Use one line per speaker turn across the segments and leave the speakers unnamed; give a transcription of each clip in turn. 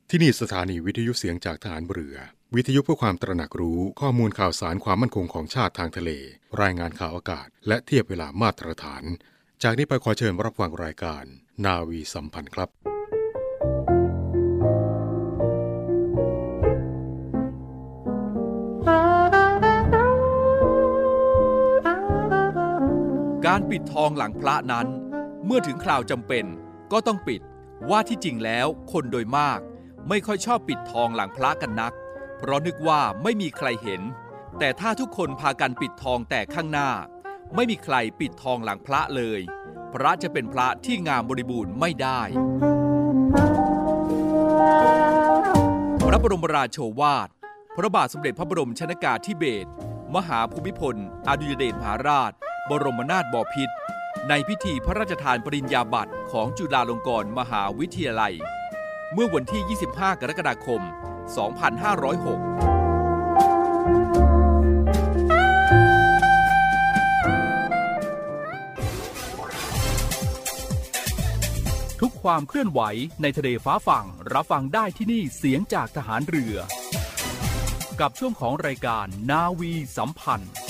ที่นี่สถานีวิทยุเสียงจากทหารเรือวิทยุเพื่อความตระหนักรู้ข้อมูลข่าวสารความมั่นคงของชาติทางทะเลรายงานข่าวอากาศและเทียบเวลามาตรฐานจากนี้ไปขอเชิญรับฟังรายการนาวีสัมพันธ์ครับ
การปิดทองหลังพระนั้นเมื่อถึงคราวจำเป็นก็ต้องปิดว่าที่จริงแล้วคนโดยมากไม่ค่อยชอบปิดทองหลังพระกันนักเพราะนึกว่าไม่มีใครเห็นแต่ถ้าทุกคนพากันปิดทองแต่ข้างหน้าไม่มีใครปิดทองหลังพระเลยพระจะเป็นพระที่งามบริบูรณ์ไม่ได้พระบรมราโชวาทพระบาทสมเด็จพระบรมชนกาธิเบศรมหาภูมิพลอดุลยเดชมหาราชบรมนาถบพิตรในพิธีพระราชทานปริญญาบัตรของจุฬาลงกรณ์มหาวิทยาลัยเมื่อวันที่ 25 กรกฎาคม 2506 ทุกความเคลื่อนไหวในทะเลฟ้าฝั่งรับฟังได้ที่นี่เสียงจากทหารเรือกับช่วงของรายการนาวีสัมพันธ์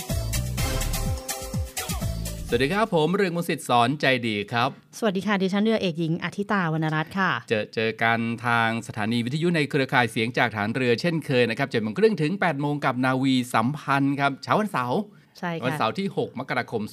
สวัสดีครับผมเรืองมนต์สิทธิ์สอนใจดีครับ
สวัสดีค่ะดิฉันเรือเอกหญิงอธิตาวรรณรัตน์ค่ะ
เจอกันทางสถานีวิทยุในเครือข่ายเสียงจากฐานเรือเช่นเคยนะครับ 7:30 นถึง 8:00 นกับนาวีสัมพันธ์ครับเช้าวันเสาร์
ใช่ค่ะ
วันเสาร์ที่ 6 มกราคม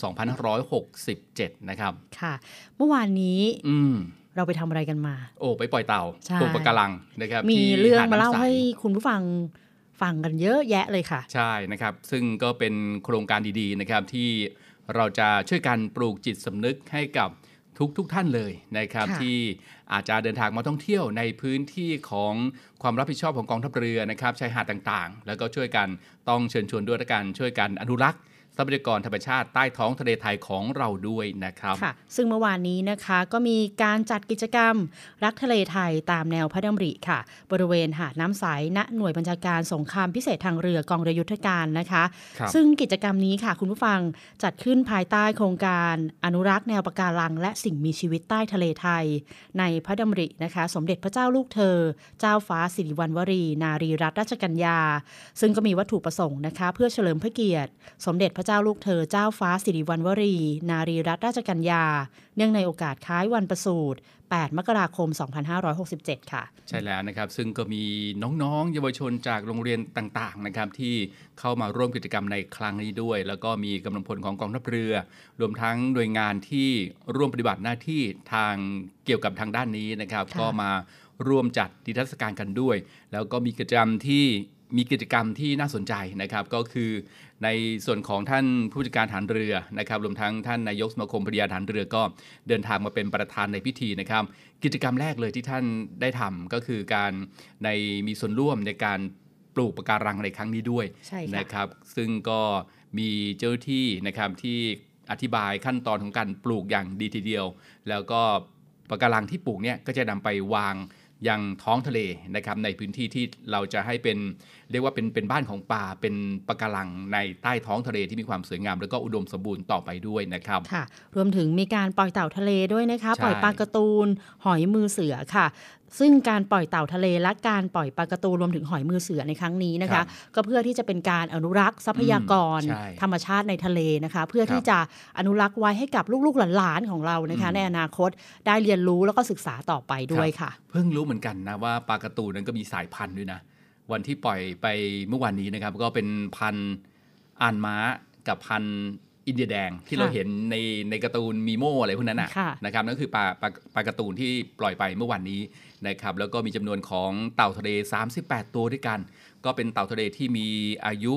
2567 นะครับ
ค่ะเมื่อวานนี้เราไปทำอะไรกันมา
ไปปล่อยเต่าปลูกปะการังนะครับ
มีเรื่องมาเล่าให้คุณผู้ฟังกันเยอะแยะเลยค่ะ
ใช่นะครับซึ่งก็เป็นโครงการดีๆนะครับที่เราจะช่วยกันปลูกจิตสำนึกให้กับทุกท่านเลยนะครับที่อาจจะเดินทางมาท่องเที่ยวในพื้นที่ของความรับผิดชอบของกองทัพเรือนะครับชายหาดต่างๆแล้วก็ช่วยกันต้องเชิญชวนด้วยกันช่วยกันอนุรักษ์ทรัพยากรธรรมชาติใต้ท้องทะเลไทยของเราด้วยนะครับ
ค่ะซึ่งเมื่อวานนี้นะคะก็มีการจัดกิจกรรมรักทะเลไทยตามแนวพระดำริค่ะบริเวณหาดน้ำใสณหน่วยบัญชาการสงครามพิเศษทางเรือกองเรือยุทธการนะคะซึ่งกิจกรรมนี้ค่ะคุณผู้ฟังจัดขึ้นภายใต้โครงการอนุรักษ์แนวปะการังและสิ่งมีชีวิตใต้ทะเลไทยในพระดำรินะคะสมเด็จพระเจ้าลูกเธอเจ้าฟ้าสิริวัณวรีนารีรัตนราชกัญญาซึ่งก็มีวัตถุประสงค์นะคะเพื่อเฉลิมพระเกียรติสมเด็จพระเจ้าลูกเธอเจ้าฟ้าสิริวัณวรีนารีรัตนราชกัญญาเนื่องในโอกาสคล้ายวันประสูติ8 มกราคม 2567 ค่ะ
ใช่แล้วนะครับซึ่งก็มีน้องๆเยาวชนจากโรงเรียนต่างๆนะครับที่เข้ามาร่วมกิจกรรมในครั้งนี้ด้วยแล้วก็มีกำลังพลของกองทัพเรือรวมทั้งหน่วยงานที่ร่วมปฏิบัติหน้าที่ทางเกี่ยวกับทางด้านนี้นะครับก็มาร่วมจัดนิทรรศการกันด้วยแล้วก็มีกิจกรรมที่น่าสนใจนะครับก็คือในส่วนของท่านผู้จัดการฐานเรือนะครับรวมทั้งท่านนายกสมาคมภริยาฐานเรือก็เดินทางมาเป็นประธานในพิธีนะครับกิจกรรมแรกเลยที่ท่านได้ทำก็คือการมีส่วนร่วมในการปลูกปะการังในครั้งนี้ด้วยนะครับซึ่งก็มีเจ้าที่นะครับที่อธิบายขั้นตอนของการปลูกอย่างดีทีเดียวแล้วก็ปะการังที่ปลูกเนี่ยก็จะนำไปวางยังท้องทะเลนะครับในพื้นที่ที่เราจะให้เป็นเรียกว่าเป็นบ้านของปลาเป็นปะการังในใต้ท้องทะเลที่มีความสวยงามแล้วก็อุดมสมบูรณ์ต่อไปด้วยนะครับ
ค่ะรวมถึงมีการปล่อยเต่าทะเลด้วยนะคะปล่อยปลาการ์ตูนหอยมือเสือค่ะซึ่งการปล่อยเต่าทะเลและการปล่อยปลาการ์ตูนรวมถึงหอยมือเสือในครั้งนี้นะคะก็เพื่อที่จะเป็นการอนุรักษ์ทรัพยากรธรรมชาติในทะเลนะคะเพื่อที่จะอนุรักษ์ไว้ให้กับลูกๆหลานๆของเรานะคะในอนาคตได้เรียนรู้แล้วก็ศึกษาต่อไปด้วยค่ะ
เพิ่งรู้เหมือนกันนะว่าปลาการ์ตูนนั้นก็มีสายพันธุ์ด้วยนะวันที่ปล่อยไปเมื่อวานนี้นะครับก็เป็นพันธุ์อ่านม้ากับพันธุ์อินเดียแดงที่เราเห็นในการ์ตูนมีโมอะไรพวกนั้นนะครับนั่นคือปลาการ์ตูนที่ปล่อยไปเมื่อวานนี้นะครับแล้วก็มีจำนวนของเต่าทะเล38ตัวด้วยกันก็เป็นเต่าทะเลที่มีอายุ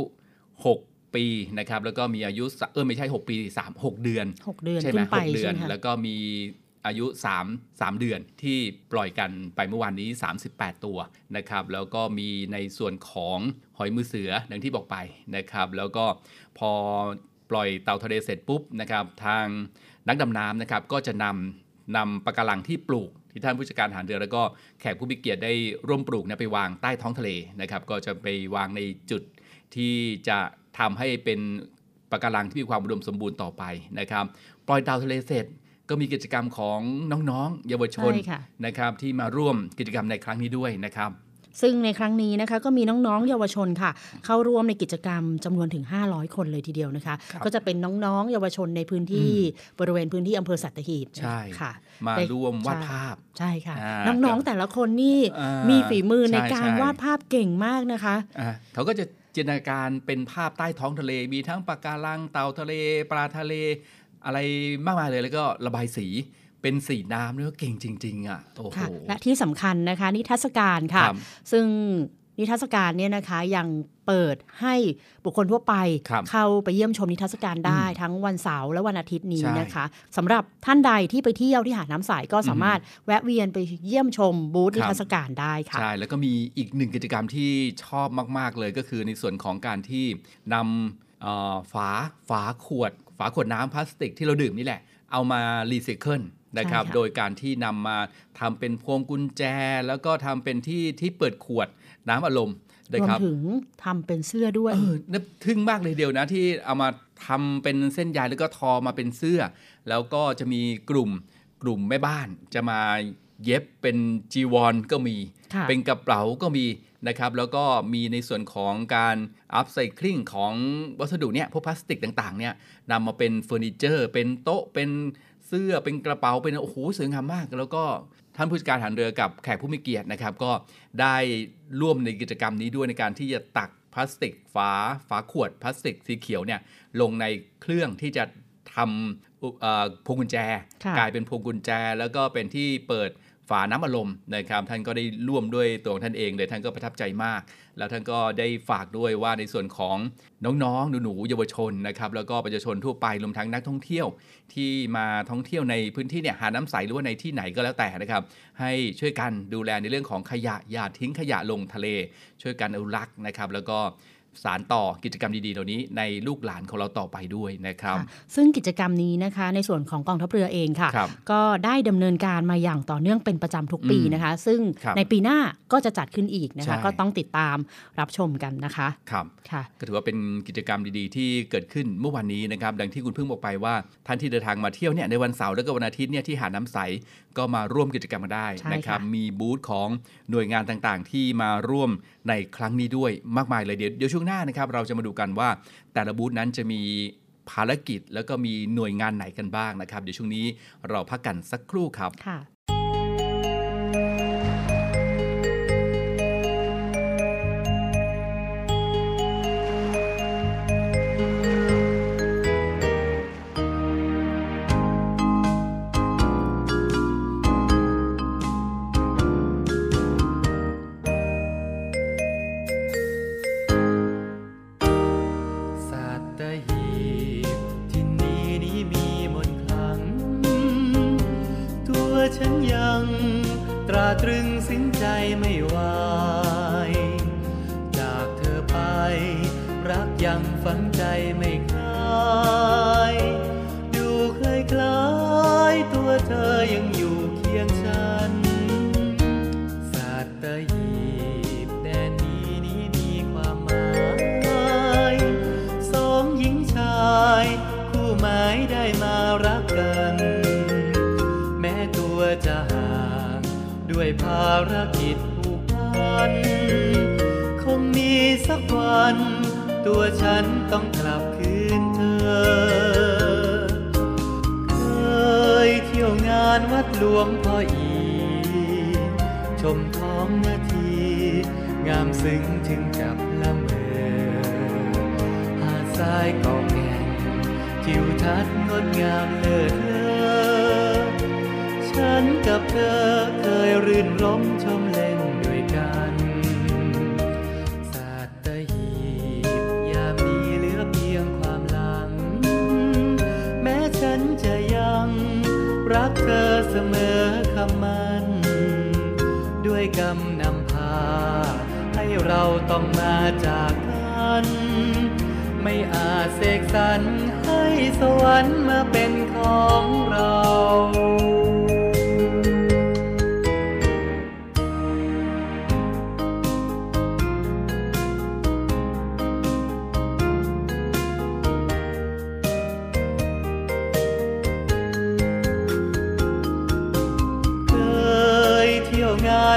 6ปีนะครับแล้วก็มีอายุไม่ใช่6ปี6เดือนใช่ไหม6เดือนแล้วก็มีอายุ3เดือนที่ปล่อยกันไปเมื่อวานนี้38ตัวนะครับแล้วก็มีในส่วนของหอยมือเสือดังที่บอกไปนะครับแล้วก็พอปล่อยเต่าทะเลเสร็จปุ๊บนะครับทางนักดำน้ำนะครับก็จะนำปะการังที่ปลูกที่ท่านผู้จัดการฐานเรือแล้วก็แขกผู้มีเกียรติได้ร่วมปลูกไปวางใต้ท้องทะเลนะครับก็จะไปวางในจุดที่จะทำให้เป็นปะการังที่มีความอุดมสมบูรณ์ต่อไปนะครับปล่อยเต่าทะเลเสร็จก็มีกิจกรรมของน้องๆเยาวชนนะครับที่มาร่วมกิจกรรมในครั้งนี้ด้วยนะครับ
ซึ่งในครั้งนี้นะคะก็มีน้องๆเยาวชนค่ะเข้าร่วมในกิจกรรมจำนวนถึง500คนเลยทีเดียวนะคะก็จะเป็นน้องๆเยาวชนในพื้นที่บริเวณพื้นที่อำเภอสัตหีบ
ใช่
ค่ะ
มาร่วมวาดภาพ
ใช่ค่ะน้องๆแต่ละคนนี่มีฝีมือในการวาดภาพเก่งมากนะคะ
เขาก็จะจินตนาการเป็นภาพใต้ท้องทะเลมีทั้งปะการังเต่าทะเลปลาทะเลอะไรมากมายเลยแล้วก็ระบายสีเป็นสีน้ำด้วยเก่งจริงๆอ่ะโอ้โห
และที่สำคัญนะคะนิทรรศการค่ะซึ่งนิทรรศการเนี่ยนะคะยังเปิดให้บุคคลทั่วไปเข้าไปเยี่ยมชมนิทรรศการได้ทั้งวันเสาร์และวันอาทิตย์นี้นะคะสำหรับท่านใดที่ไปเที่ยวที่หาดน้ำใสก็สามารถแวะเวียนไปเยี่ยมชมบูธนิทรรศการได้ค่ะ
ใช่แล้วก็มีอีกหนึ่งกิจกรรมที่ชอบมากๆเลยก็คือในส่วนของการที่นำฝาขวดน้ำพลาสติกที่เราดื่มนี่แหละเอามารีไซเคิลนะครับโดยการที่นำมาทำเป็นพวงกุญแจแล้วก็ทำเป็นที่เปิดขวดน้ำอัดลม
รวมถึงทำเป็นเสื้อด้วย
นึกทึ่งมากเลยเดียวนะที่เอามาทำเป็นเส้นใยแล้วก็ทอมาเป็นเสื้อแล้วก็จะมีกลุ่มแม่บ้านจะมาเย็บเป็นจีวรก็มีเป็นกระเป๋าก็มีนะครับแล้วก็มีในส่วนของการอัพไซคลิงของวัสดุเนี่ยพวกพลาสติกต่างๆเนี่ยนำมาเป็นเฟอร์นิเจอร์เป็นโต๊ะเป็นเสื้อเป็นกระเป๋าเป็นโอ้โหสวยงามมากแล้วก็ท่านผู้จัดการทหารเรือกับแขกผู้มีเกียรตินะครับก็ได้ร่วมในกิจกรรมนี้ด้วยในการที่จะตักพลาสติกฝาขวดพลาสติกสีเขียวเนี่ยลงในเครื่องที่จะทำพวงกุญแจกลายเป็นพวงกุญแจแล้วก็เป็นที่เปิดฝาน้ำอัดลมนะครับท่านก็ได้ร่วมด้วยตัวของท่านเองเลยท่านก็ประทับใจมากแล้วท่านก็ได้ฝากด้วยว่าในส่วนของน้องๆหนูๆเยาวชนนะครับแล้วก็ประชาชนทั่วไปรวมทั้งนักท่องเที่ยวที่มาท่องเที่ยวในพื้นที่เนี่ยหาดน้ำใสหรือว่าในที่ไหนก็แล้วแต่นะครับให้ช่วยกันดูแลในเรื่องของขยะอย่าทิ้งขยะลงทะเลช่วยกันอนุรักษ์นะครับแล้วก็สานต่อกิจกรรมดีๆเหล่านี้ในลูกหลานของเราต่อไปด้วยนะครับ
ซึ่งกิจกรรมนี้นะคะในส่วนของกองทัพเรือเองค่ะก็ได้ดำเนินการมาอย่างต่อเนื่องเป็นประจำทุกปีนะคะซึ่งในปีหน้าก็จะจัดขึ้นอีกนะคะก็ต้องติดตามรับชมกันนะคะ
ครับก็ถือว่าเป็นกิจกรรมดีๆที่เกิดขึ้นเมื่อวานนี้นะครับดังที่คุณพึ่งบอกไปว่าท่านที่เดินทางมาเที่ยวเนี่ยในวันเสาร์และก็วันอาทิตย์เนี่ยที่หาดน้ำใสก็มาร่วมกิจกรรมกันได้นะครับมีบูธของหน่วยงานต่างๆที่มาร่วมในครั้งนี้ด้วยมากมายเลยเดี๋ยวช่วงหน้านะครับเราจะมาดูกันว่าแต่ละบูธนั้นจะมีภารกิจแล้วก็มีหน่วยงานไหนกันบ้างนะครับเดี๋ยวช่วงนี้เราพักกันสักครู่ครับ
ฉันยังตราตรึงสิ้นใจไม่ไหวจากเธอไปรักยังฝังใจไม่คลายดูคล้ายๆตัวเธอยังอยู่เคียงฉันสัตหีบแดนนี้มีความหมายสองหญิงชายคู่หมายได้มารักกันจะห่างด้วยภารกิจผูกพันคงมีสักวันตัวฉันต้องกลับคืนเธอเคยเที่ยวงานวัดหลวงพ่ออีชมท้องนาทีงามซึ้งถึงกับละเมอหาดทรายเกาะแก่งทิวทัศน์งดงามเลิศเลอฉันกับเธอเคยรื่นรมชมเล่นด้วยกันสัตหีบยามนี้เหลือเพียงความหลังแม้ฉันจะยังรักเธอเสมอคำมันด้วยกรรมนำพาให้เราต้องมาจากกันไม่อาจเสกสรรให้สวรรค์มาเป็นของเรา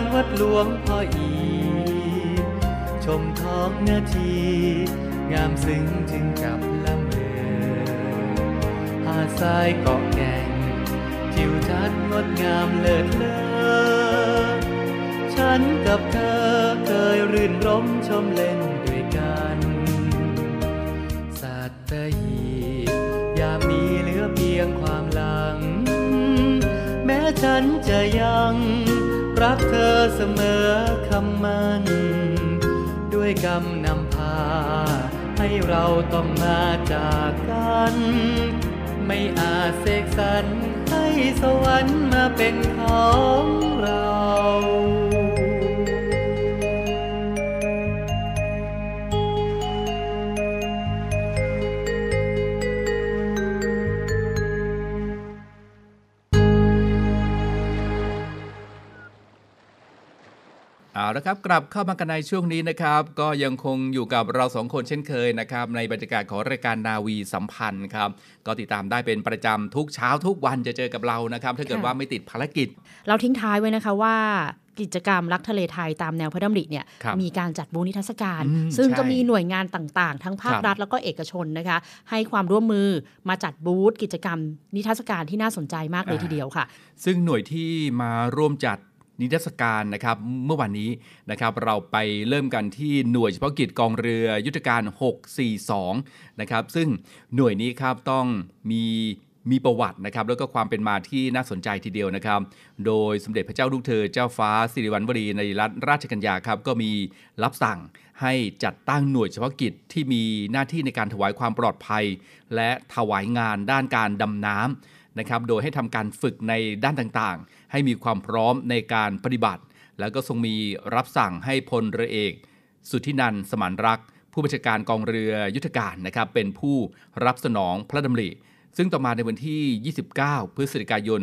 วัดหลวงพ่ออีชมท้องนาทีงามซึ้งถึงกับละเมอหาดทรายเกาะแก่งทิวทัศน์งดงามเลิศเลอฉันกับเธอเคยรื่นรมชมเล่นด้วยกันสัตหีบยามนี้เหลือเพียงความหลังแม้ฉันจะยังรักเธอเสมอคำมั่นด้วยกรรมนำพาให้เราต้องมาจากกันไม่อาจเสกสรรให้สวรรค์มาเป็นของเรา
เอาละครับกลับเข้ามากันในช่วงนี้นะครับก็ยังคงอยู่กับเราสองคนเช่นเคยนะครับในบรรยากาศของรายการนาวีสัมพันธ์ครับก็ติดตามได้เป็นประจำทุกเช้าทุกวันจะเจอกับเรานะครับถ้าเกิดว่าไม่ติดภารกิจ
เราทิ้งท้ายไว้นะคะว่ากิจกรรมรักทะเลไทยตามแนวพระดำริเนี่ยมีการจัดบูธนิทรรศการซึ่งก็มีหน่วยงานต่างๆทั้งภาครัฐแล้วก็เอกชนนะคะให้ความร่วมมือมาจัดบูธกิจกรรมนิทรรศการที่น่าสนใจมากเลยทีเดียวค่ะ
ซึ่งหน่วยที่มาร่วมจัดนิทรรศการนะครับเมื่อวันนี้นะครับเราไปเริ่มกันที่หน่วยเฉพาะกิจกองเรือยุทธการ642นะครับซึ่งหน่วยนี้ครับต้องมีประวัตินะครับแล้วก็ความเป็นมาที่น่าสนใจทีเดียวนะครับโดยสมเด็จพระเจ้าลูกเธอเจ้าฟ้าสิริวัณวรีในรัฐราชกัญญาครับก็มีรับสั่งให้จัดตั้งหน่วยเฉพาะกิจที่มีหน้าที่ในการถวายความปลอดภัยและถวายงานด้านการดำน้ำนะครับโดยให้ทำการฝึกในด้านต่างๆให้มีความพร้อมในการปฏิบัติแล้วก็ทรงมีรับสั่งให้พลเรือเอกสุทธินันท์สมานรักษ์ผู้บัญชาการกองเรือยุทธการนะครับเป็นผู้รับสนองพระดำริซึ่งต่อมาในวันที่ 29 พฤศจิกายน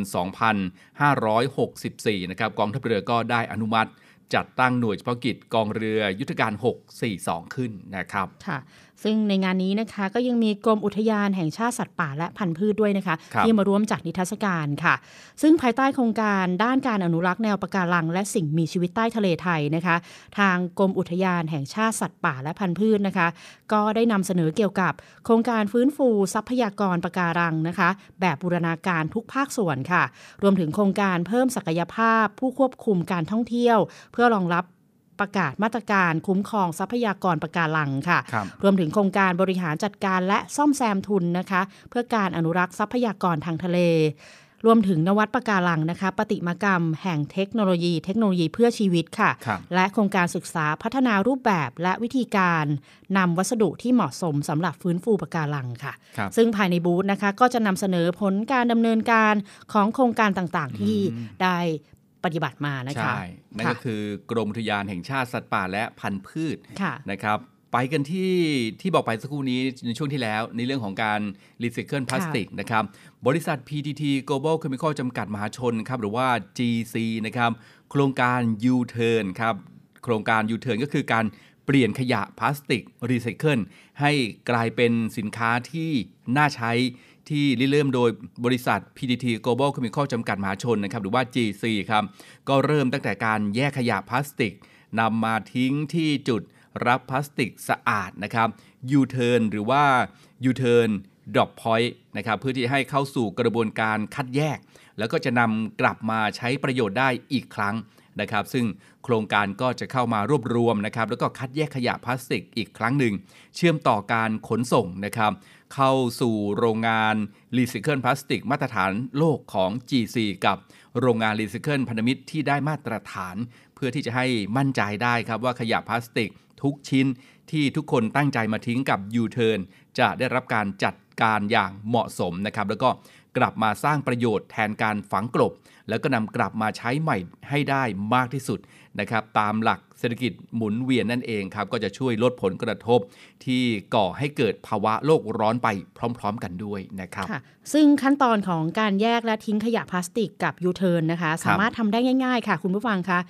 2564 นะครับกองทัพเรือก็ได้อนุมัติจัดตั้งหน่วยเฉพาะกิจกองเรือยุทธการ642ขึ้นนะครับ
ค่ะซึ่งในงานนี้นะคะก็ยังมีกรมอุทยานแห่งชาติสัตว์ป่าและพันธุ์พืชด้วยนะคะที่มาร่วมจัดนิทรรศการค่ะซึ่งภายใต้โครงการด้านการอนุรักษ์แนวปะการังและสิ่งมีชีวิตใต้ทะเลไทยนะคะทางกรมอุทยานแห่งชาติสัตว์ป่าและพันธุ์พืชนะคะก็ได้นำเสนอเกี่ยวกับโครงการฟื้นฟูทรัพยากรปะการังนะคะแบบบูรณาการทุกภาคส่วนค่ะรวมถึงโครงการเพิ่มศักยภาพผู้ควบคุมการท่องเที่ยวเพื่อรองรับประกาศมาตรการคุ้มครองทรัพยากรปะการังค่ะรวมถึงโครงการบริหารจัดการและซ่อมแซมทุนนะคะเพื่อการอนุรักษ์ทรัพยากรทางทะเลรวมถึงนวัตปะการังนะคะประติมากรรมแห่งเทคโนโลยีเพื่อชีวิตค่ะและโครงการศึกษาพัฒนารูปแบบและวิธีการนำวัสดุที่เหมาะสมสำหรับฟื้นฟูปะการังค่ะซึ่งภายในบูธนะคะก็จะนำเสนอผลการดำเนินการของโครงการต่างๆที่ได้ปฏิบัติมานะคะ
ใช่นั่นก็คือกรมอุทยานแห่งชาติสัตว์ป่าและพันธุ์พืชนะครับไปกันที่บอกไปสักครู่นี้ในช่วงที่แล้วในเรื่องของการรีไซเคิลพลาสติกนะครับบริษัท PTT Global Chemical จำกัดมหาชนครับหรือว่า GC นะครับโครงการ U-Turn ครับโครงการ U-Turn ก็คือการเปลี่ยนขยะพลาสติกรีไซเคิลให้กลายเป็นสินค้าที่น่าใช้ที่เริ่มโดยบริษัท PTT Global Chemical จำกัดมหาชนนะครับหรือว่า GC ครับก็เริ่มตั้งแต่การแยกขยะพลาสติกนำมาทิ้งที่จุดรับพลาสติกสะอาดนะครับ U-Turn หรือว่า U-Turn Drop Point นะครับเพื่อที่ให้เข้าสู่กระบวนการคัดแยกแล้วก็จะนำกลับมาใช้ประโยชน์ได้อีกครั้งนะครับซึ่งโครงการก็จะเข้ามารวบรวมนะครับแล้วก็คัดแยกขยะพลาสติกอีกครั้งหนึ่งเชื่อมต่อการขนส่งนะครับเข้าสู่โรงงานรีไซเคิลพลาสติกมาตรฐานโลกของ GC กับโรงงานรีไซเคิลพันธมิตรที่ได้มาตรฐานเพื่อที่จะให้มั่นใจได้ครับว่าขยะพลาสติกทุกชิ้นที่ทุกคนตั้งใจมาทิ้งกับ U-Turn จะได้รับการจัดการอย่างเหมาะสมนะครับแล้วก็กลับมาสร้างประโยชน์แทนการฝังกลบแล้วก็นำกลับมาใช้ใหม่ให้ได้มากที่สุดนะครับตามหลักเศรษฐกิจหมุนเวียนนั่นเองครับก็จะช่วยลดผลกระทบที่ก่อให้เกิดภาวะโลกร้อนไปพร้อมๆกันด้วยนะครับ
ซึ่งขั้นตอนของการแยกและทิ้งขยะพลาสติกกับ U-Turn นะคะสามารถทำได้ง่ายๆค่ะคุณผู้ฟังคะ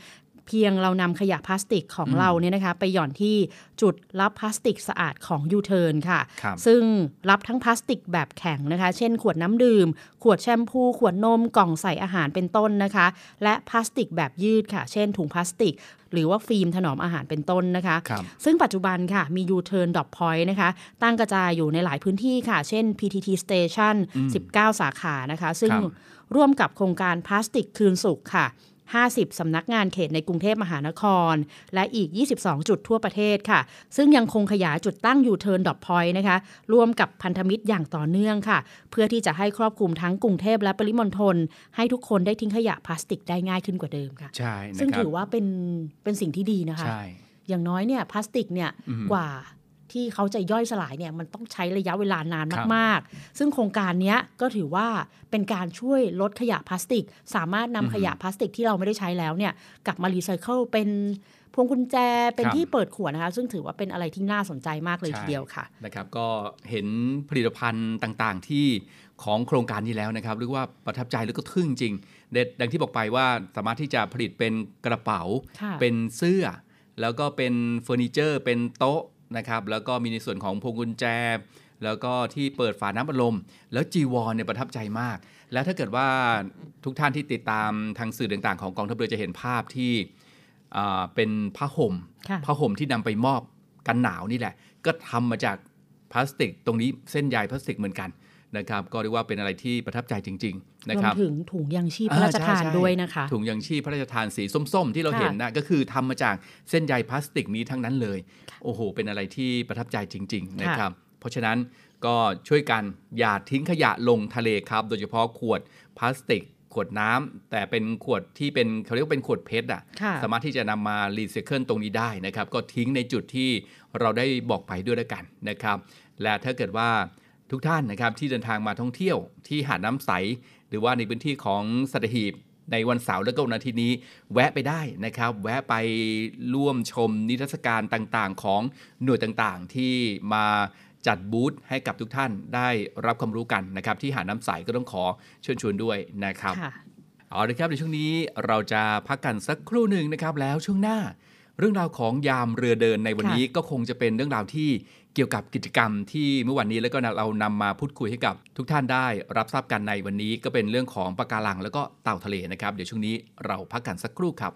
เพียงเรานำขยะพลาสติกของเราเนี่ยนะคะไปหย่อนที่จุดรับพลาสติกสะอาดของยูเทิร์นค่ะซึ่งรับทั้งพลาสติกแบบแข็งนะคะเช่นขวดน้ำดื่มขวดแชมพูขวดนมกล่องใส่อาหารเป็นต้นนะคะและพลาสติกแบบยืดค่ะเช่นถุงพลาสติกหรือว่าฟิล์มถนอมอาหารเป็นต้นนะคะซึ่งปัจจุบันค่ะมี U-turn Drop Point นะคะตั้งกระจายอยู่ในหลายพื้นที่ค่ะเช่น PTT Station 19 สาขานะคะซึ่งร่วมกับโครงการพลาสติกคืนสุขค่ะ50สำนักงานเขตในกรุงเทพมหานครและอีก22จุดทั่วประเทศค่ะซึ่งยังคงขยายจุดตั้ง U-turn Drop Point นะคะร่วมกับพันธมิตรอย่างต่อเนื่องค่ะเพื่อที่จะให้ครอบคลุมทั้งกรุงเทพและปริมณฑลให้ทุกคนได้ทิ้งขยะพลาสติกได้ง่ายขึ้นกว่าเดิมค่ะ
ใช่
ซึ่งถือว่าเป็นสิ่งที่ดีนะคะอย่างน้อยเนี่ยพลาสติกเนี่ยกว่าที่เขาจะย่อยสลายเนี่ยมันต้องใช้ระยะเวลานานมากๆซึ่งโครงการนี้ก็ถือว่าเป็นการช่วยลดขยะพลาสติกสามารถนำขยะพลาสติกที่เราไม่ได้ใช้แล้วเนี่ยกลับมารีไซเคิลเป็นพวงกุญแจเป็นที่เปิดขวดนะคะซึ่งถือว่าเป็นอะไรที่น่าสนใจมากเลยทีเดียวค่ะ
นะครับก็เห็นผลิตภัณฑ์ต่างๆที่ของโครงการนี้แล้วนะครับเรียกว่าประทับใจแล้วก็ทึ่งจริงดังที่บอกไปว่าสามารถที่จะผลิตเป็นกระเป๋าเป็นเสื้อแล้วก็เป็นเฟอร์นิเจอร์เป็นโต๊ะนะครับแล้วก็มีในส่วนของพวงกุญแจแล้วก็ที่เปิดฝาน้ำอัดลมแล้วจีวรเนี่ยประทับใจมากแล้วถ้าเกิดว่าทุกท่านที่ติดตามทางสื่อต่างๆของกองทัพเรือจะเห็นภาพที่เป็นผ้าห่มที่นำไปมอบกันหนาวนี่แหละก็ทำมาจากพลาสติกตรงนี้เส้นใยพลาสติกเหมือนกันนะครับก็เรียกว่าเป็นอะไรที่ประทับใจจริงๆนะครับ
รวมถึงถุงยางชีพพระราชทานด้วยนะคะ
ถุงยางชีพพระราชทานสีส้มๆที่เราเห็นนะก็คือทำมาจากเส้นใยพลาสติกนี้ทั้งนั้นเลยโอ้โหเป็นอะไรที่ประทับใจจริงๆนะครับเพราะฉะนั้นก็ช่วยกันอย่าทิ้งขยะลงทะเลครับโดยเฉพาะขวดพลาสติกขวดน้ำแต่เป็นขวดที่เป็นเขาเรียกว่าเป็นขวดเพชรสามารถที่จะนำมารีไซเคิลตรงนี้ได้นะครับก็ทิ้งในจุดที่เราได้บอกไปด้วยแล้วกันนะครับและถ้าเกิดว่าทุกท่านนะครับที่เดินทางมาท่องเที่ยวที่หาดน้ำใสหรือว่าในพื้นที่ของสัตหีบในวันเสาร์และก็วันอาทิตย์นี้แวะไปได้นะครับแวะไปร่วมชมนิทรรศการต่างๆของหน่วยต่างๆที่มาจัดบูธให้กับทุกท่านได้รับความรู้กันนะครับที่หาดน้ำใสก็ต้องขอเชิญชวนด้วยนะครับเอาละครับในช่วงนี้เราจะพักกันสักครู่หนึ่งนะครับแล้วช่วงหน้าเรื่องราวของยามเรือเดินในวันนี้ก็คงจะเป็นเรื่องราวที่เกี่ยวกับกิจกรรมที่เมื่อวันนี้แล้วก็เรานำมาพูดคุยให้กับทุกท่านได้รับทราบกันในวันนี้ก็เป็นเรื่องของปะการังแล้วก็เต่าทะเลนะครับเดี๋ยวช่วงนี้เราพักกันสักครู่ครับ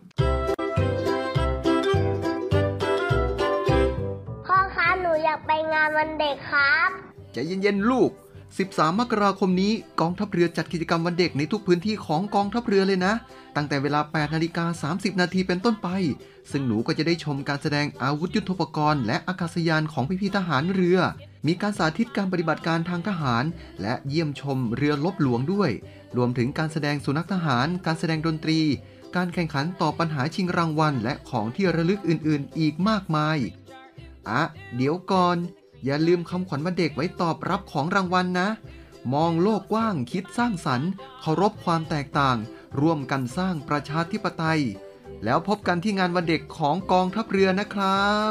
พ่อคะหนูอยากไปงานวันเด็กครับ
ใจเย็นๆลูก13 มกราคมนี้กองทัพเรือจัดกิจกรรมวันเด็กในทุกพื้นที่ของกองทัพเรือเลยนะตั้งแต่เวลา 8:30 น.เป็นต้นไปซึ่งหนูก็จะได้ชมการแสดงอาวุธยุทโธปกรณ์และอากาศยานของพี่ๆทหารเรือมีการสาธิตการปฏิบัติการทางทหารและเยี่ยมชมเรือรบหลวงด้วยรวมถึงการแสดงสุนัขทหารการแสดงดนตรีการแข่งขันตอบปัญหาชิงรางวัลและของที่ระลึกอื่นๆอีกมากมายเดี๋ยวก่อนอย่าลืมคำขวัญวันเด็กไว้ตอบรับของรางวัลนะมองโลกกว้างคิดสร้างสรรค์เคารพความแตกต่างร่วมกันสร้างประชาธิปไตยแล้วพบกันที่งานวันเด็กของกองทัพเรือนะครับ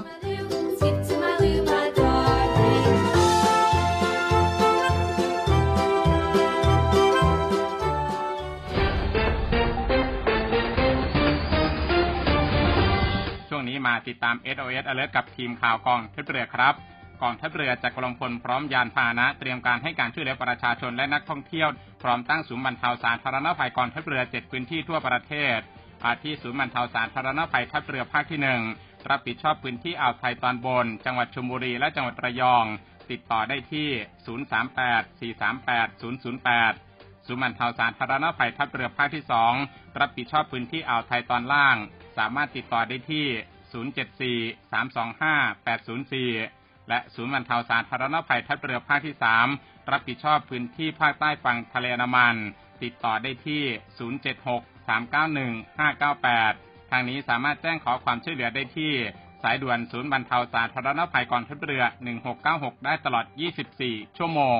ช่วงนี้มาติดตาม SOS Alert กับทีมข่าวกองทัพเรือครับกองทัพเรือจัดกำลังพลพร้อมยานพาหนะเตรียมการให้การช่วยเหลือประชาชนและนักท่องเที่ยวพร้อมตั้งศูนย์บรรเทาสาธารณภัยกองทัพเรือ7พื้นที่ทั่วประเทศอาทิศูนย์บรรเทาสาธารณภัยทัพเรือภาคที่1รับผิดชอบพื้นที่อ่าวไทยตอนบนจังหวัดชลบุรีและจังหวัดระยองติดต่อได้ที่038-438-008ศูนย์บรรเทาสาธารณภัยทัพเรือภาคที่2รับผิดชอบพื้นที่อ่าวไทยตอนล่างสามารถติดต่อได้ที่074-325-804และศูนย์บรรเทาสาธารณภัยทัพเรือภาคที่3รับผิดชอบพื้นที่ภาคใต้ฝั่งทะเลอันดามันติดต่อได้ที่076-391-598ทางนี้สามารถแจ้งขอความช่วยเหลือได้ที่สายด่วนศูนย์บรรเทาสาธารณภัยกองทัพเรือ1696ได้ตลอด24ชั่วโมง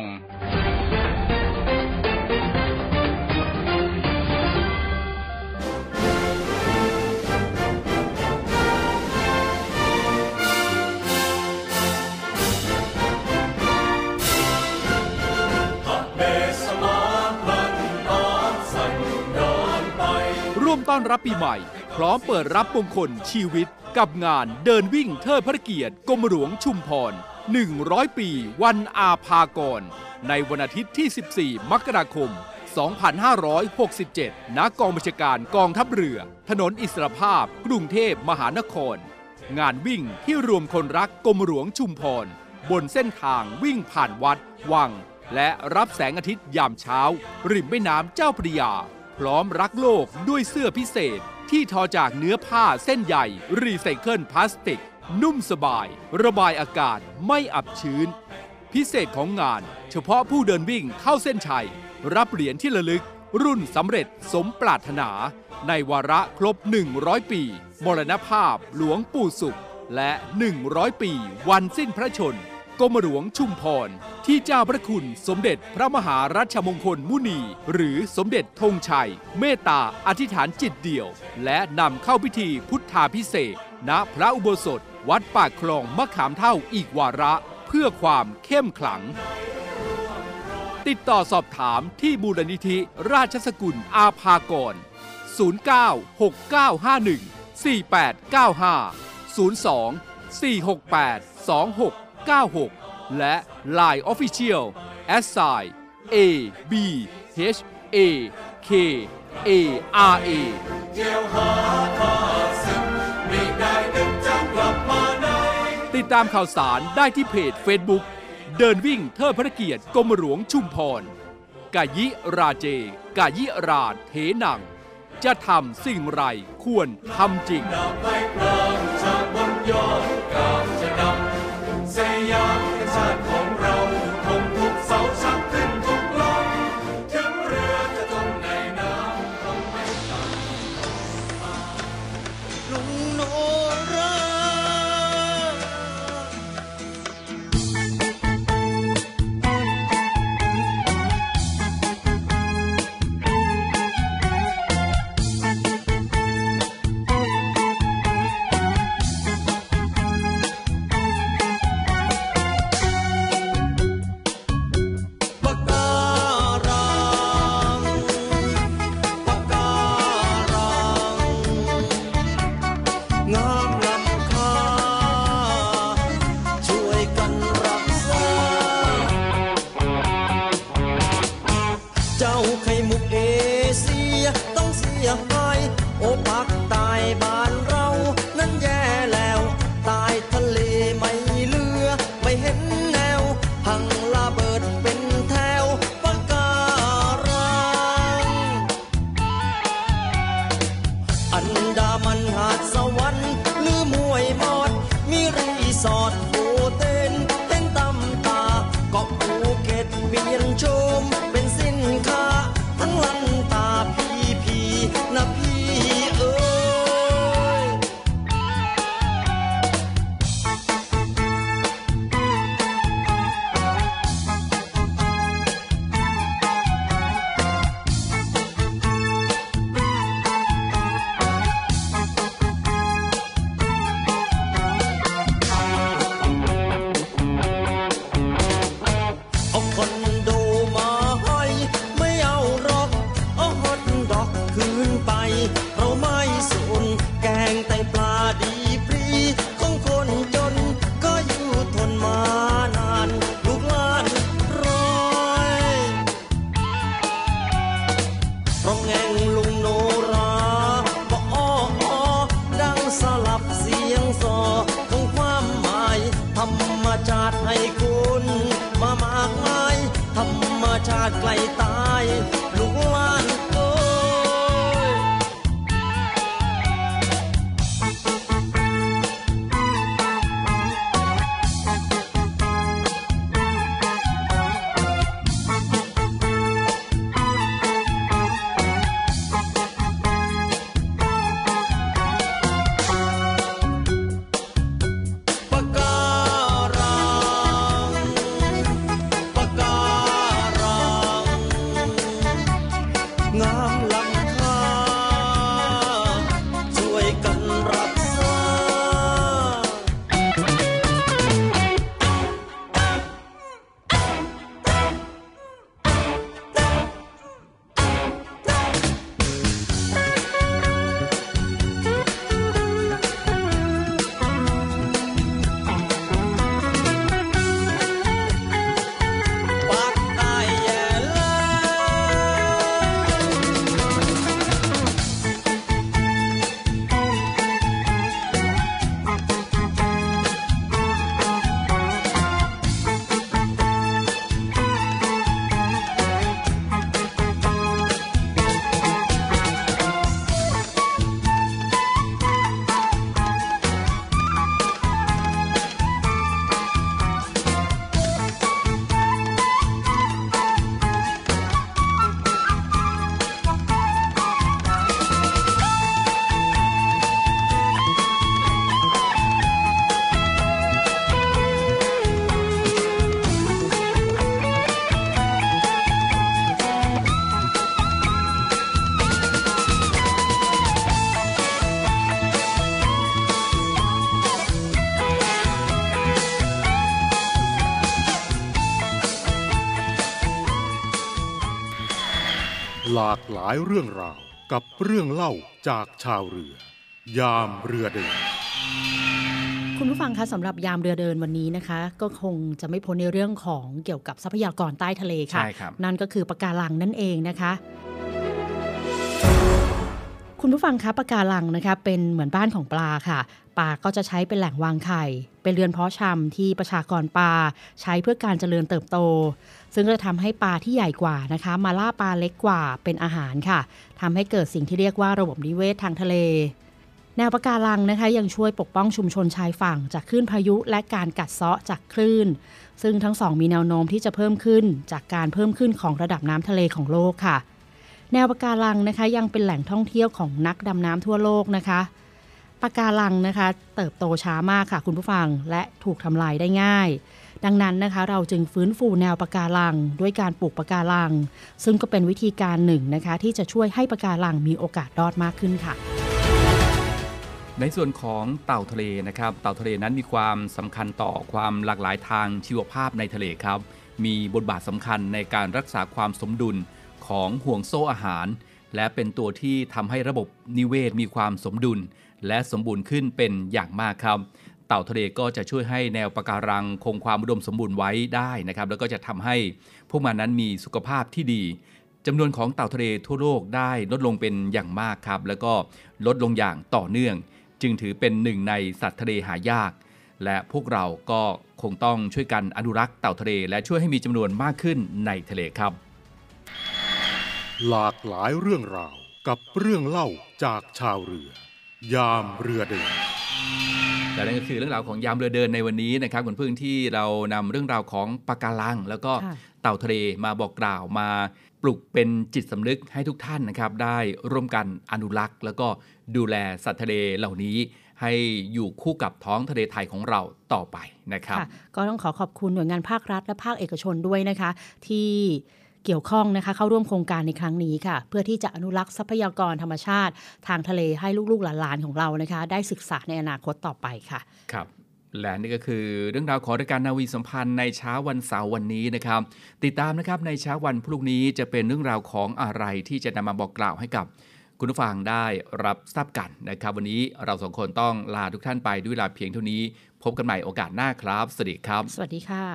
ต้อนรับปีใหม่พร้อมเปิดรับมงคลชีวิตกับงานเดินวิ่งเทิดพระเกียรติกรมหลวงชุมพร100 ปีวันอาภากรในวันอาทิตย์ที่ 14 มกราคม 2567 ณ กองบัญชาการกองทัพเรือถนนอิสรภาพกรุงเทพมหานคร งานวิ่งที่รวมคนรักกรมหลวงชุมพรบนเส้นทางวิ่งผ่านวัดวังและรับแสงอาทิตย์ยามเช้าริมแม่น้ำเจ้าพระยาพร้อมรักโลกด้วยเสื้อพิเศษที่ทอจากเนื้อผ้าเส้นใหญ่รีไซเคิลพลาสติกนุ่มสบายระบายอากาศไม่อับชื้นพิเศษของงานเฉพาะผู้เดินวิ่งเข้าเส้นชัยรับเหรียญที่ระลึกรุ่นสำเร็จสมปรารถนาในวาระครบ100 ปีมรณภาพหลวงปู่ศุกร์และ100 ปีวันสิ้นพระชนม์กรมหลวงชุมพรที่เจ้าพระคุณสมเด็จพระมหารัชมงคลมุนีหรือสมเด็จธงชัยเมตตาอธิษฐานจิตเดี่ยวและนำเข้าพิธีพุทธาภิเษกณพระอุโบสถวัดปากคลองมะขามเท่าอีกวาระเพื่อความเข้มขลังติดต่อสอบถามที่มูลนิธิราชสกุลอาภากร0969514895 02-468-2696 และ Line Official @ABHAKARA ติดตามข่าวสารได้ที่เพจ Facebook เดินวิ่งเทิดพระเกียรติกรมหลวงชุมพรกายิราเจกายิราเถนังจะทำสิ่งไรควรทำจริงสยามเป็นชาติของเราธงทุกเสาชักขึ้นทุกลำถึงเรือจะจมในน้ำต้องไม่ตายลุงโนรา
เ
หลากหลายเรื่องราวกับเรื่องเล่าจากชาวเรือยามเรือเดิน
คุณผู้ฟังคะสำหรับยามเรือเดินวันนี้นะคะก็คงจะไม่พ้นในเรื่องของเกี่ยวกับทรัพยากรใต้ทะเลค่ะนั่นก็คือปะการังนั่นเองนะคะคุณผู้ฟังคะปะการังนะคะเป็นเหมือนบ้านของปลาค่ะปลาก็จะใช้เป็นแหล่งวางไข่เป็นเรือนเพาะชำที่ประชากรปลาใช้เพื่อการเจริญเติบโตซึ่งจะทำให้ปลาที่ใหญ่กว่านะคะมาล่าปลาเล็กกว่าเป็นอาหารค่ะทำให้เกิดสิ่งที่เรียกว่าระบบนิเวศทางทะเลแนวปะการังนะคะยังช่วยปกป้องชุมชนชายฝั่งจากคลื่นพายุและการกัดเซาะจากคลื่นซึ่งทั้งสองมีแนวโน้มที่จะเพิ่มขึ้นจากการเพิ่มขึ้นของระดับน้ำทะเลของโลกค่ะแนวปะการังนะคะยังเป็นแหล่งท่องเที่ยวของนักดำน้ำทั่วโลกนะคะปะการังนะคะเติบโตช้ามากค่ะคุณผู้ฟังและถูกทำลายได้ง่ายดังนั้นนะคะเราจึงฟื้นฟูแนวปะการังด้วยการปลูกปะการังซึ่งก็เป็นวิธีการหนึ่งนะคะที่จะช่วยให้ปะการังมีโอกาสรอดมากขึ้นค่ะ
ในส่วนของเต่าทะเลนะครับเต่าทะเลนั้นมีความสำคัญต่อความหลากหลายทางชีวภาพในทะเลครับมีบทบาทสำคัญในการรักษาความสมดุลของห่วงโซ่อาหารและเป็นตัวที่ทำให้ระบบนิเวศมีความสมดุลและสมบูรณ์ขึ้นเป็นอย่างมากครับเต่าทะเลก็จะช่วยให้แนวปะการังคงความอุดมสมบูรณ์ไว้ได้นะครับแล้วก็จะทำให้พวกมันนั้นมีสุขภาพที่ดีจำนวนของเต่าทะเลทั่วโลกได้ลดลงเป็นอย่างมากครับแล้วก็ลดลงอย่างต่อเนื่องจึงถือเป็นหนึ่งในสัตว์ทะเลหายากและพวกเราก็คงต้องช่วยกันอนุรักษ์เต่าทะเลและช่วยให้มีจำนวนมากขึ้นในทะเลครับ
หลากหลายเรื่องราวกับเรื่องเล่าจากชาวเรือยามเรือเดิน
และนั่นก็คือเรื่องราวของยามเรือเดินในวันนี้นะครับคุณพึ่งที่เรานำเรื่องราวของปะการังแล้วก็เต่าทะเลมาบอกกล่าวมาปลุกเป็นจิตสำนึกให้ทุกท่านนะครับได้ร่วมกันอนุรักษ์แล้วก็ดูแลสัตว์ทะเลเหล่านี้ให้อยู่คู่กับท้องทะเลไทยของเราต่อไปนะครับ
ก็ต้องขอบคุณหน่วยงานภาครัฐและภาคเอกชนด้วยนะคะที่เกี่ยวข้องนะคะเข้าร่วมโครงการในครั้งนี้ค่ะเพื่อที่จะอนุรักษ์ทรัพยากรธรรมชาติทางทะเลให้ลูกๆหลานๆของเรานะคะได้ศึกษาในอนาคตต่อไปค่ะ
ครับและนี่ก็คือเรื่องราวของรายการนาวีสัมพันธ์ในเช้าวันเสาร์วันนี้นะครับติดตามนะครับในเช้าวันพรุ่งนี้จะเป็นเรื่องราวของอะไรที่จะนำมาบอกกล่าวให้กับคุณผู้ฟังได้รับทราบกันนะครับวันนี้เราสองคนต้องลาทุกท่านไปด้วยเวลาเพียงเท่านี้พบกันใหม่โอกาสหน้าครับสวัสดีครับ
สวัสดีค่ะ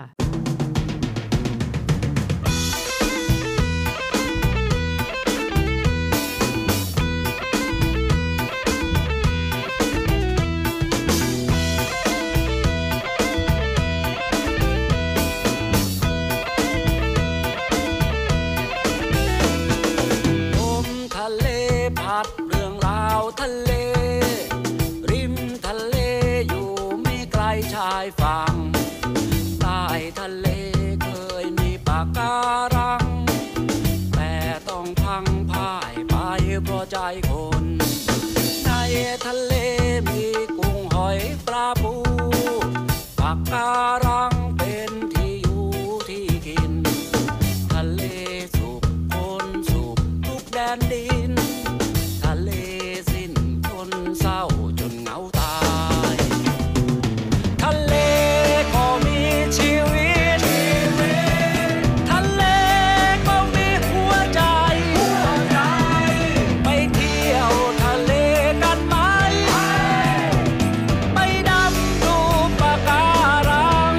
เรื่องราวทะเลริมทะเลอยู่ไม่ไกลชายฝั่งใต้ทะเลเคยมีปะการังแต่ต้องพังพ่ายไปเพราะใจคนในทะเลมีกุ้งหอยปลาปูปะการังเป็นที่อยู่ที่กินทะเลสุขคนสุขทุกแดนดินเศร้าจนเหงาตายทะเลก็มีชีวิตทะเลก็มีหัวใจไปเที่ยวทะเลกันไหมไปดำดูปะการัง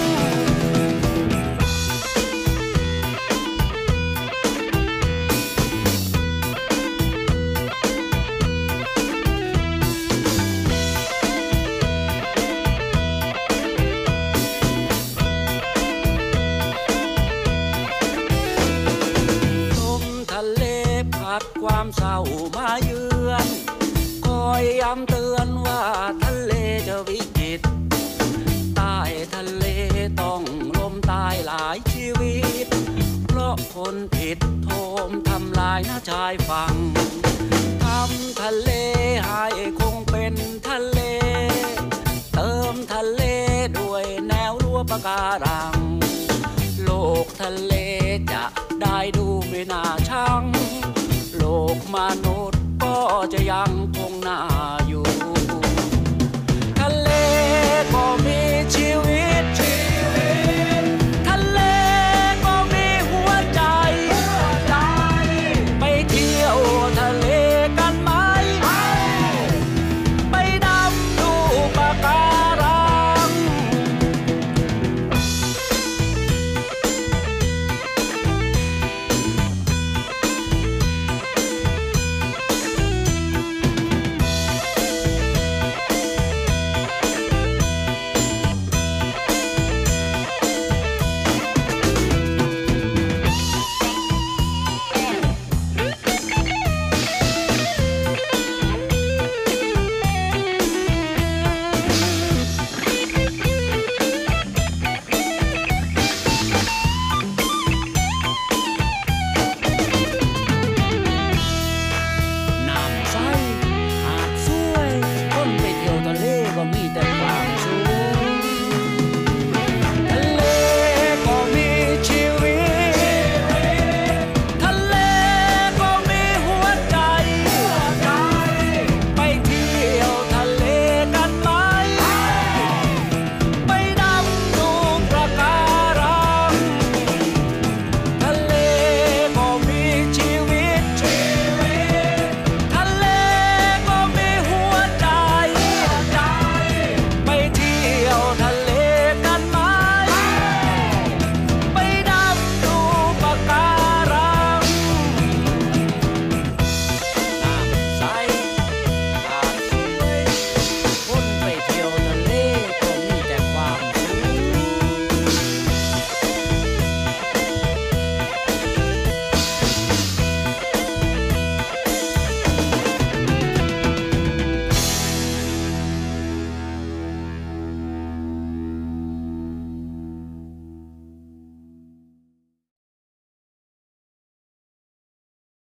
ความเศร้ามาเยือนคอยย้ำเตือนว่าทะเลจะวิกฤตใต้ทะเลต้องล้มตายหลายชีวิตเพราะคนผิดโทมทำลายหน้าชายฝั่งทำทะเลให้คงเป็นทะเลเติมทะเลด้วยแนวรั้วปะการังโลกทะเลจะได้ดูไม่น่าชังโลกมนุษย์ก็จะยังคงน่า